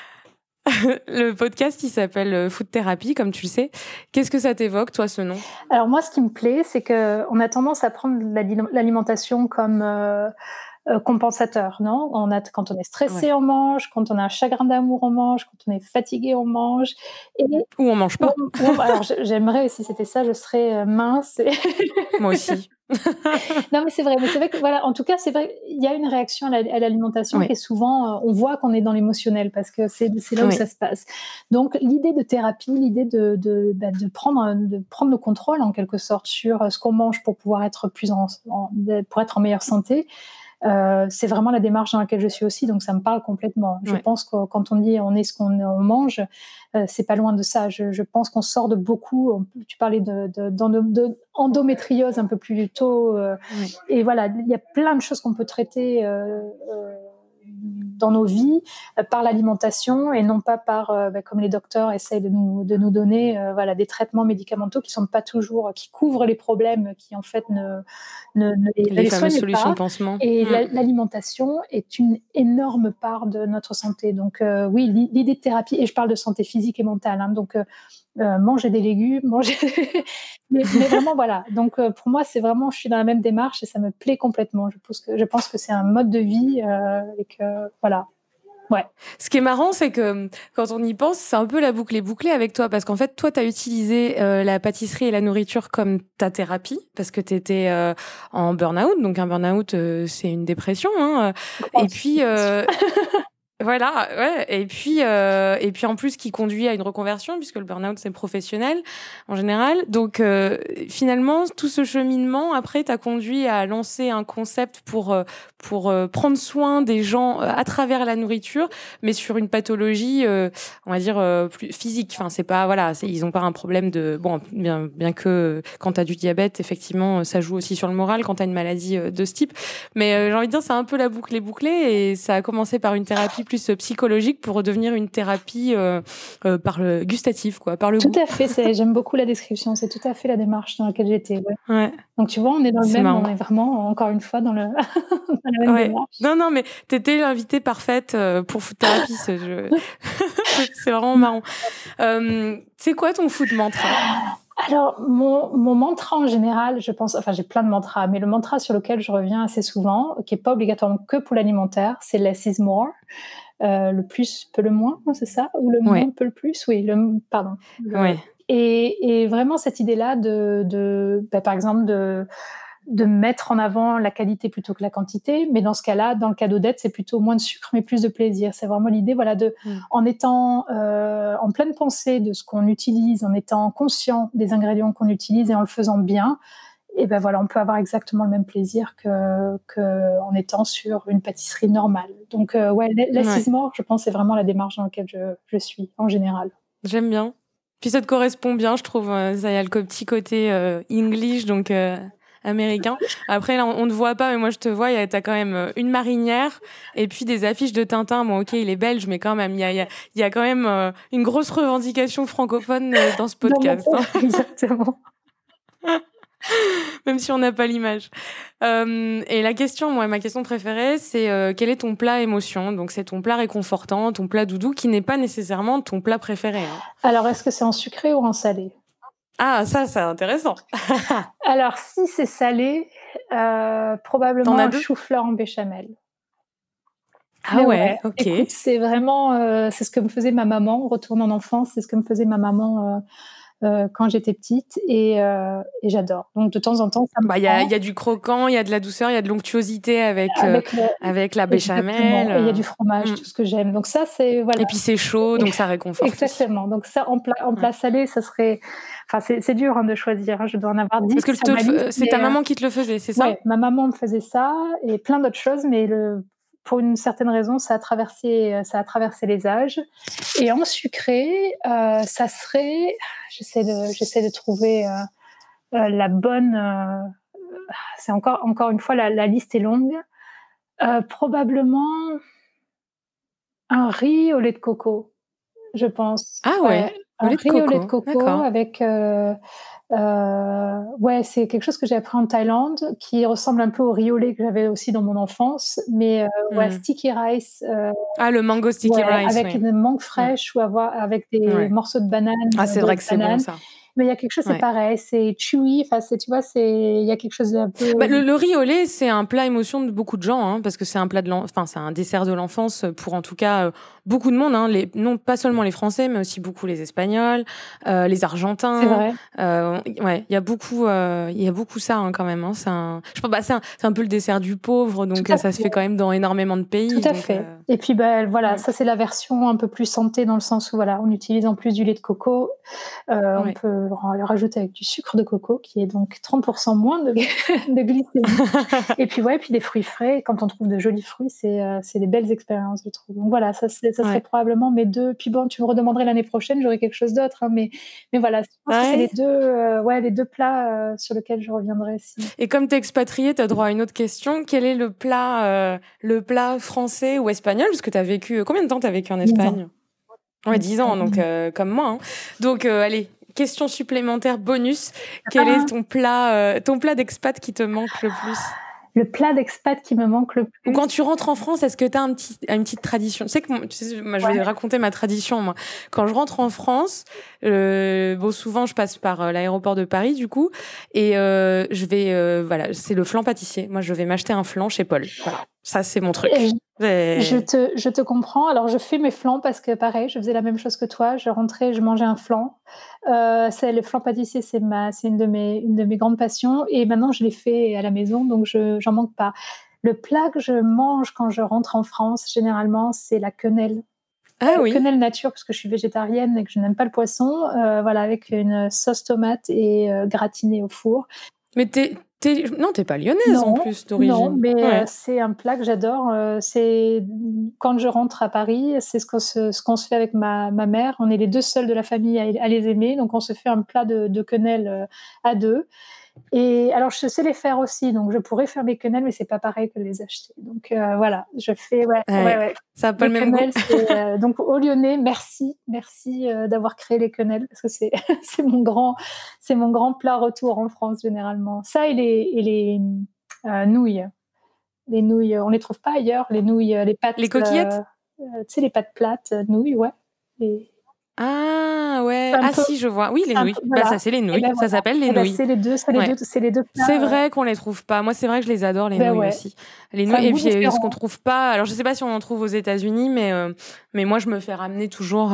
Le podcast, il s'appelle Food Therapy, comme tu le sais. Qu'est-ce que ça t'évoque, toi, ce nom? Alors moi, ce qui me plaît, c'est qu'on a tendance à prendre l'alimentation comme compensateur, non? Quand on est stressé, on mange. Quand on a un chagrin d'amour, on mange. Quand on est fatigué, on mange. Ou on mange pas. Alors j'aimerais, si c'était ça, je serais mince. Moi aussi. Non, mais c'est vrai que voilà, en tout cas, c'est vrai, il y a une réaction à l'alimentation qui est souvent, on voit qu'on est dans l'émotionnel parce que c'est là où ça se passe. Donc, l'idée de thérapie, l'idée de prendre le contrôle en quelque sorte sur ce qu'on mange pour pouvoir être pour être en meilleure santé. C'est vraiment la démarche dans laquelle je suis aussi, donc ça me parle complètement. Je pense que quand on dit on est ce qu'on mange, c'est pas loin de ça. Je pense qu'on sort de beaucoup. Tu parlais d'endométriose un peu plus tôt, et voilà, il y a plein de choses qu'on peut traiter dans nos vies par l'alimentation et non pas comme les docteurs essayent de nous donner des traitements médicamenteux qui couvrent les problèmes qui en fait ne les fameuses solutions pas. de pansement. Et l'alimentation est une énorme part de notre santé. Donc oui, l'idée de thérapie, et je parle de santé physique et mentale, donc manger des légumes, mais vraiment voilà. Donc pour moi, c'est vraiment, je suis dans la même démarche et ça me plaît complètement. Je pense que c'est un mode de vie et que voilà. Ouais. Ce qui est marrant, c'est que quand on y pense, c'est un peu la boucle est bouclée avec toi, parce qu'en fait, toi, tu as utilisé la pâtisserie et la nourriture comme ta thérapie, parce que tu étais en burn-out. Donc un burn-out, c'est une dépression. Et puis... Voilà, ouais. Et puis en plus, qui conduit à une reconversion, puisque le burn-out, c'est professionnel en général. Donc finalement, tout ce cheminement, après, t'a conduit à lancer un concept pour prendre soin des gens à travers la nourriture, mais sur une pathologie, on va dire, plus physique. Enfin, c'est pas, voilà, ils ont pas un problème de... Bon, bien que quand t'as du diabète, effectivement, ça joue aussi sur le moral quand t'as une maladie de ce type. Mais j'ai envie de dire, c'est un peu la boucle est bouclée, et ça a commencé par une thérapie plus psychologique pour redevenir une thérapie par le gustatif, quoi, par le goût. Tout à fait, j'aime beaucoup la description, c'est tout à fait la démarche dans laquelle j'étais. Ouais. Donc tu vois, on est dans le même, marrant. On est vraiment, encore une fois, dans la même démarche. Non, mais t'étais l'invitée parfaite pour Food Therapy, ce jeu. C'est vraiment marrant. C'est quoi ton food mantra? Alors, mon mantra en général, je pense, enfin j'ai plein de mantras, mais le mantra sur lequel je reviens assez souvent, qui n'est pas obligatoirement que pour l'alimentaire, c'est less is more. Le plus peut le moins, c'est ça? Ou le moins peut le plus? Oui, pardon. Et vraiment cette idée-là par exemple, de mettre en avant la qualité plutôt que la quantité, mais dans ce cas-là, dans le cas d'Odette, c'est plutôt moins de sucre, mais plus de plaisir. C'est vraiment l'idée, en étant en pleine pensée de ce qu'on utilise, en étant conscient des ingrédients qu'on utilise et en le faisant bien, et on peut avoir exactement le même plaisir que en étant sur une pâtisserie normale. Donc less is more, je pense, c'est vraiment la démarche dans laquelle je suis en général. J'aime bien. Puis ça te correspond bien, je trouve. Ça y a le petit côté English, donc américain. Après, là, on ne voit pas, mais moi, je te vois, t'as quand même une marinière et puis des affiches de Tintin. Bon, ok, il est belge, mais quand même, il y a quand même une grosse revendication francophone dans ce podcast. Exactement. Même si on n'a pas l'image. Et ma question préférée, c'est quel est ton plat émotion? Donc, c'est ton plat réconfortant, ton plat doudou, qui n'est pas nécessairement ton plat préféré. Hein. Alors, est-ce que c'est en sucré ou en salé? Ah, ça, c'est intéressant. Alors, si c'est salé, T'en probablement as un deux? chou-fleur en béchamel. Ah Mais ouais, ouais, ok. écoute, c'est vraiment, c'est ce que me faisait ma maman. Retourne en enfance, c'est ce que me faisait ma maman quand j'étais petite et j'adore. Donc de temps en temps, ça me Bah, il prend y a du croquant, il y a de la douceur, il y a de l'onctuosité avec le avec la béchamel. exactement et il y a du fromage, Mm. tout ce que j'aime. Donc ça, c'est voilà. Et puis c'est chaud, donc ça réconforte aussi. Exactement. Donc ça, en Ouais. plat salé, ça serait enfin, c'est dur, hein, de choisir, hein. Je dois en avoir 10 Parce que sur ma liste, c'est ta mais maman qui te le faisait, c'est ça? ouais, ma maman me faisait ça et plein d'autres choses, mais pour une certaine raison, ça a traversé les âges. Et en sucré, ça serait, j'essaie de trouver la bonne. C'est encore une fois la liste est longue. Probablement un riz au lait de coco, je pense. Ah Ouais, ouais, au un lait de riz au lait de coco, coco d'accord. avec ouais, c'est quelque chose que j'ai appris en Thaïlande, qui ressemble un peu au riz au lait que j'avais aussi dans mon enfance, mais ouais, Hmm. sticky rice, Ah, le mango sticky ouais, rice, avec oui. une mangue Hmm. fraîche ou avec des Ouais. morceaux de banane, Ah, c'est d'eau vrai de que c'est bon banane. ça. Mais il y a quelque chose, c'est Ouais. pareil, c'est chewy, enfin, tu vois, il y a quelque chose d'un peu. Bah, le riz au lait, c'est un plat émotion de beaucoup de gens, hein, parce que c'est un plat enfin, c'est un dessert de l'enfance pour en tout cas beaucoup de monde, hein, non pas seulement les Français, mais aussi beaucoup les Espagnols, les C'est Argentins. vrai. Ouais, il y a beaucoup ça hein, quand même. Hein, je pense, bah, c'est un peu le dessert du pauvre, Tout donc à ça se fait. fait quand même dans énormément de Tout pays. à Donc, fait. Et puis, bah, voilà, mm, ça, c'est la version un peu plus santé dans le sens où, voilà, on utilise en plus du lait de coco, on ouais. peut rajouter avec du sucre de coco qui est donc 30% moins de de glycémie. Et puis, ouais, puis des fruits frais. Quand on trouve de jolis fruits, c'est des belles expériences, je trouve. Donc voilà, ça serait Ouais. probablement mes 2. Puis bon, tu me redemanderais l'année prochaine, j'aurais quelque chose d'autre, hein, mais voilà, je pense que c'est Ouais. les 2 plats, sur lesquels je reviendrai si. Et comme t'es expatrié, t'as droit à une autre question. Quel est le plat français ou espagnol? Parce que t'as vécu, combien de temps t'as vécu en 10 ans. Espagne? Ouais, 10 ans, donc comme moi. Hein. Donc, allez, question supplémentaire bonus. Quel est ton plat d'expat qui te manque le plus? Le plat d'expat qui me manque le Ou plus. quand tu rentres en France, est-ce que tu as une petite tradition? Tu sais que tu sais, moi, je vais Ouais. raconter ma tradition. Moi, quand je rentre en France, bon, souvent je passe par l'aéroport de Paris, du coup, et je vais, voilà, c'est le flan pâtissier. Moi, je vais m'acheter un flan chez Paul. Voilà, ça c'est mon Et truc. je te comprends. Alors, je fais mes flans parce que pareil, je faisais la même chose que toi. Je rentrais, je mangeais un flan. C'est le flan pâtissier, c'est une de mes grandes passions. Et maintenant, je l'ai fait à la maison, donc j'en manque pas. Le plat que je mange quand je rentre en France, généralement, c'est la quenelle. Ah oui, Quenelle nature, parce que je suis végétarienne et que je n'aime pas le poisson. Voilà, avec une sauce tomate et gratinée au four. mais non, t'es pas lyonnaise en Non, plus non, d'origine. mais Ouais. c'est un plat que j'adore, c'est quand je rentre à Paris, c'est ce qu'on se fait avec ma mère. On est les 2 seuls de la famille à les aimer, donc on se fait un plat de quenelles, à 2. Et alors je sais les faire aussi, donc je pourrais faire mes quenelles, mais c'est pas pareil que de les acheter. Donc ouais, je fais ouais, ouais, Ouais, ouais. ça a pas Les le même goût. quenelles, donc aux Lyonnais, merci, d'avoir créé les quenelles parce que c'est c'est mon grand plat retour en France généralement. Ça et les nouilles. Les nouilles, on les trouve pas ailleurs, les nouilles, les pâtes, Les coquillettes? tu sais les pâtes plates, nouilles, ouais. Et Ah ouais, c'est un ah peu si, je vois. Oui, les un nouilles. peu Bah voilà ça c'est les et nouilles, ben ça voilà s'appelle les et ben nouilles. c'est Ouais. les 2 C'est plats, vrai qu'on les trouve pas. Moi, c'est vrai que je les adore les ben nouilles ouais, aussi. Les c'est nouilles un et goût puis ce qu'on différent. trouve pas. Alors je sais pas si on en trouve aux États-Unis, mais moi je me fais ramener toujours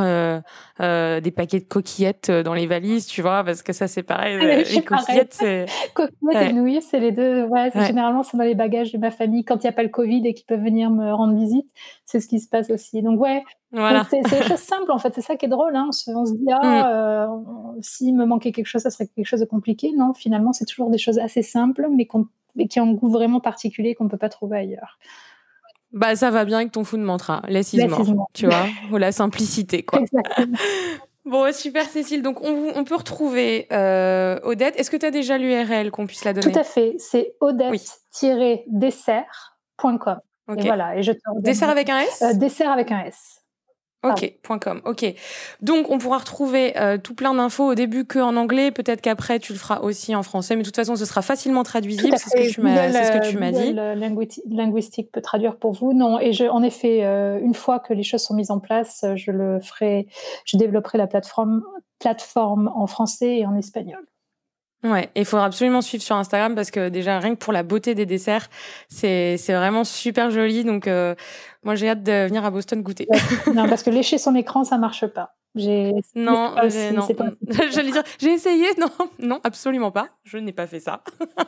des paquets de coquillettes dans les valises, tu vois, parce que ça c'est pareil. Je Les suis pareille. coquillettes, c'est Coquillettes et ouais, nouilles, c'est les 2. Ouais, ouais, généralement, c'est dans les bagages de ma famille. Quand il y a pas le covid et qu'ils peuvent venir me rendre visite, c'est ce qui se passe aussi. Donc ouais, donc voilà. c'est des choses simples, en fait. C'est ça qui est drôle, hein. On se dit: Mm. «Ah, s'il me manquait quelque chose, ça serait quelque chose de compliqué». Non, finalement, c'est toujours des choses assez simples, mais qui ont un goût vraiment particulier qu'on peut pas trouver ailleurs. Bah ça va bien avec ton food mantra. Less is more, Précisément. tu vois, ou la simplicité quoi. Exactement. Bon, ouais, super Cécile. Donc on peut retrouver Odette. Est-ce que tu as déjà l'URL qu'on puisse la Tout donner? à fait. C'est Oui. odette-dessert.com et Ok. voilà et je te Dessert redonnerai avec un S? dessert avec un S. Ok, .com, ok. Donc, on pourra retrouver tout plein d'infos au début qu'en anglais. Peut-être qu'après, tu le feras aussi en français. Mais de toute façon, ce sera facilement traduisible. C'est ce que tu m'as dit. Linguistique peut traduire pour vous. Non, et en effet, une fois que les choses sont mises en place, je développerai la plateforme en français et en espagnol. Ouais, et il faudra absolument suivre sur Instagram parce que déjà, rien que pour la beauté des desserts, c'est vraiment super joli. Donc, moi, j'ai hâte de venir à Boston goûter. Ouais. Non, parce que lécher son écran, ça marche pas. Non. J'allais dire, j'ai essayé. Non, absolument pas. Je n'ai pas fait ça.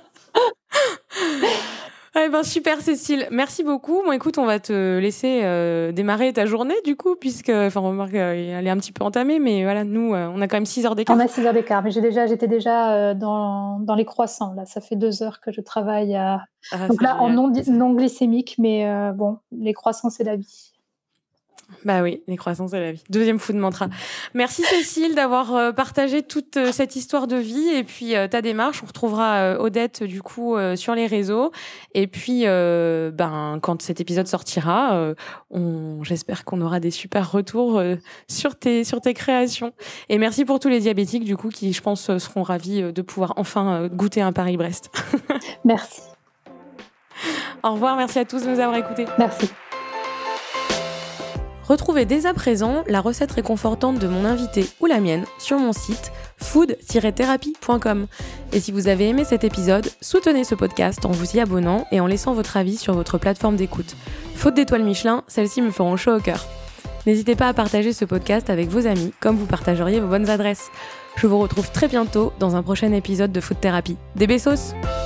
Super Cécile, merci beaucoup. Bon, écoute, on va te laisser démarrer ta journée du coup, puisque, remarque, elle est un petit peu entamée, mais voilà, nous, on a quand même 6 heures d'écart. On a 6 heures d'écart, mais j'étais déjà dans les croissants. Là, ça fait 2 heures que je travaille donc là, en non glycémique, mais les croissants, c'est la vie. Bah oui, les croissants, c'est la vie. Deuxième food mantra. Merci Cécile d'avoir partagé toute cette histoire de vie et puis ta démarche. On retrouvera Odette du coup sur les réseaux. Et puis, quand cet épisode sortira, j'espère qu'on aura des super retours sur tes créations. Et merci pour tous les diabétiques du coup qui, je pense, seront ravis de pouvoir enfin goûter un Paris-Brest. Merci. Au revoir, merci à tous de nous avoir écoutés. Merci. Retrouvez dès à présent la recette réconfortante de mon invité ou la mienne sur mon site food-thérapie.com. Et si vous avez aimé cet épisode, soutenez ce podcast en vous y abonnant et en laissant votre avis sur votre plateforme d'écoute. Faute d'étoiles Michelin, celles-ci me feront chaud au cœur. N'hésitez pas à partager ce podcast avec vos amis, comme vous partageriez vos bonnes adresses. Je vous retrouve très bientôt dans un prochain épisode de Food Thérapie. Des bessos!